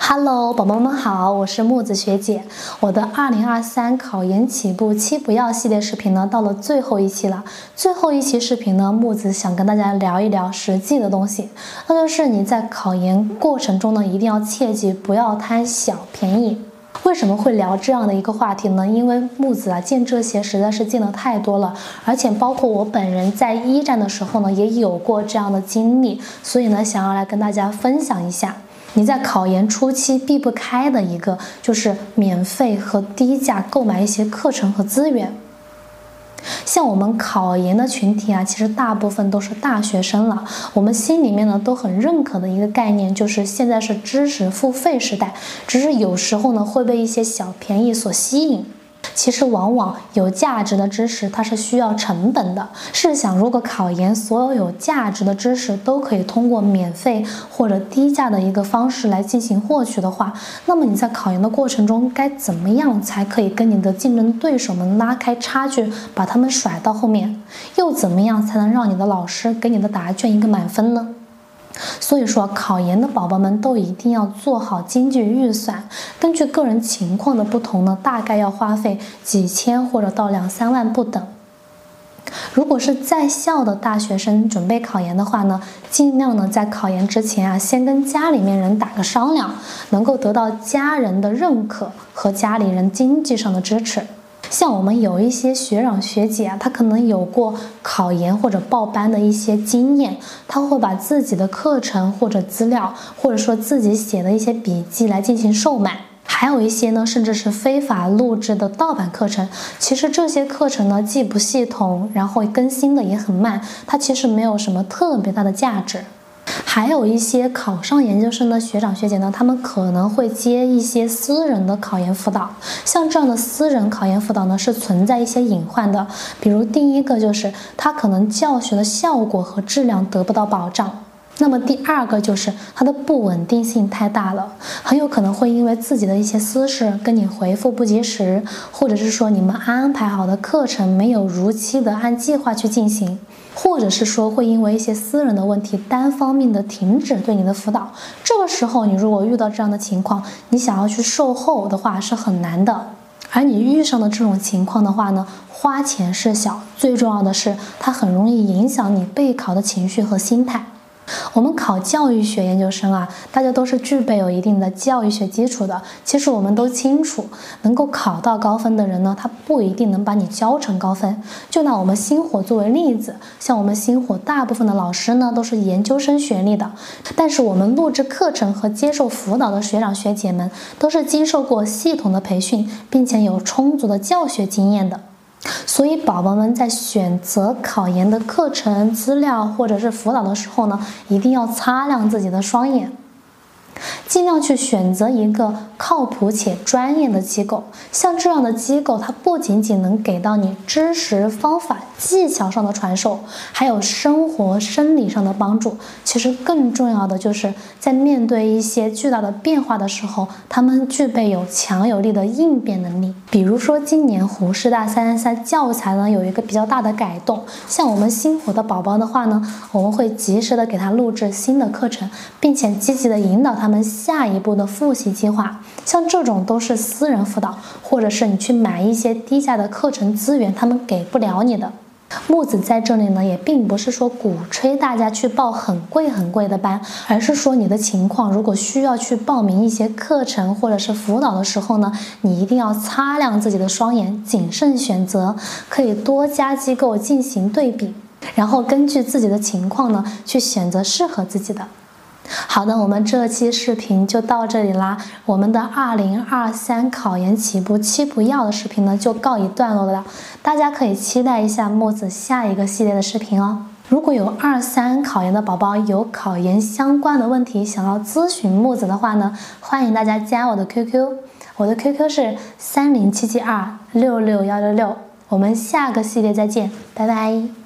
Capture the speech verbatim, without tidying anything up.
Hello， 宝宝们好，我是木子学姐。我的二零二三考研起步七不要系列视频呢，到了最后一期了。最后一期视频呢，木子想跟大家聊一聊实际的东西，那就是你在考研过程中呢，一定要切记不要贪小便宜。为什么会聊这样的一个话题呢？因为木子啊见这些实在是见得太多了，而且包括我本人在一战的时候呢，也有过这样的经历，所以呢，想要来跟大家分享一下。你在考研初期避不开的一个就是免费和低价购买一些课程和资源。像我们考研的群体啊，其实大部分都是大学生了，我们心里面呢都很认可的一个概念就是现在是知识付费时代，只是有时候呢会被一些小便宜所吸引。其实往往有价值的知识它是需要成本的，试想如果考研所有有价值的知识都可以通过免费或者低价的一个方式来进行获取的话，那么你在考研的过程中该怎么样才可以跟你的竞争对手们拉开差距，把他们甩到后面，又怎么样才能让你的老师给你的答卷一个满分呢？所以说考研的宝宝们都一定要做好经济预算，根据个人情况的不同呢，大概要花费几千或者到两三万不等。如果是在校的大学生准备考研的话呢，尽量呢在考研之前啊，先跟家里面人打个商量，能够得到家人的认可和家里人经济上的支持。像我们有一些学长学姐啊，他可能有过考研或者报班的一些经验，他会把自己的课程或者资料，或者说自己写的一些笔记来进行售卖。还有一些呢，甚至是非法录制的盗版课程。其实这些课程呢，既不系统，然后更新的也很慢，它其实没有什么特别大的价值。还有一些考上研究生的学长学姐呢，他们可能会接一些私人的考研辅导。像这样的私人考研辅导呢，是存在一些隐患的。比如第一个就是它可能教学的效果和质量得不到保障。那么第二个就是它的不稳定性太大了，很有可能会因为自己的一些私事跟你回复不及时，或者是说你们安排好的课程没有如期的按计划去进行，或者是说会因为一些私人的问题单方面的停止对你的辅导。这个时候你如果遇到这样的情况，你想要去售后的话是很难的。而你遇上的这种情况的话呢，花钱是小，最重要的是它很容易影响你备考的情绪和心态。我们考教育学研究生啊，大家都是具备有一定的教育学基础的。其实我们都清楚，能够考到高分的人呢，他不一定能把你教成高分。就拿我们星火作为例子，像我们星火大部分的老师呢，都是研究生学历的，但是我们录制课程和接受辅导的学长学姐们，都是经受过系统的培训，并且有充足的教学经验的。所以宝宝们在选择考研的课程资料或者是辅导的时候呢，一定要擦亮自己的双眼，尽量去选择一个靠谱且专业的机构。像这样的机构，它不仅仅能给到你知识方法技巧上的传授，还有生活生理上的帮助。其实更重要的就是在面对一些巨大的变化的时候，他们具备有强有力的应变能力。比如说今年湖师大三三三教材呢有一个比较大的改动，像我们星火的宝宝的话呢，我们会及时的给他录制新的课程，并且积极的引导他们下一步的复习计划。像这种都是私人辅导，或者是你去买一些低价的课程资源，他们给不了你的。木子在这里呢，也并不是说鼓吹大家去报很贵很贵的班，而是说你的情况如果需要去报名一些课程或者是辅导的时候呢，你一定要擦亮自己的双眼，谨慎选择，可以多家机构进行对比，然后根据自己的情况呢，去选择适合自己的。好的，我们这期视频就到这里啦。我们的二零二三考研起步七不要的视频呢，就告一段落了。大家可以期待一下木子下一个系列的视频哦。如果有二三考研的宝宝有考研相关的问题想要咨询木子的话呢，欢迎大家加我的 Q Q， 我的 Q Q 是三零七七二六六幺六六。我们下个系列再见，拜拜。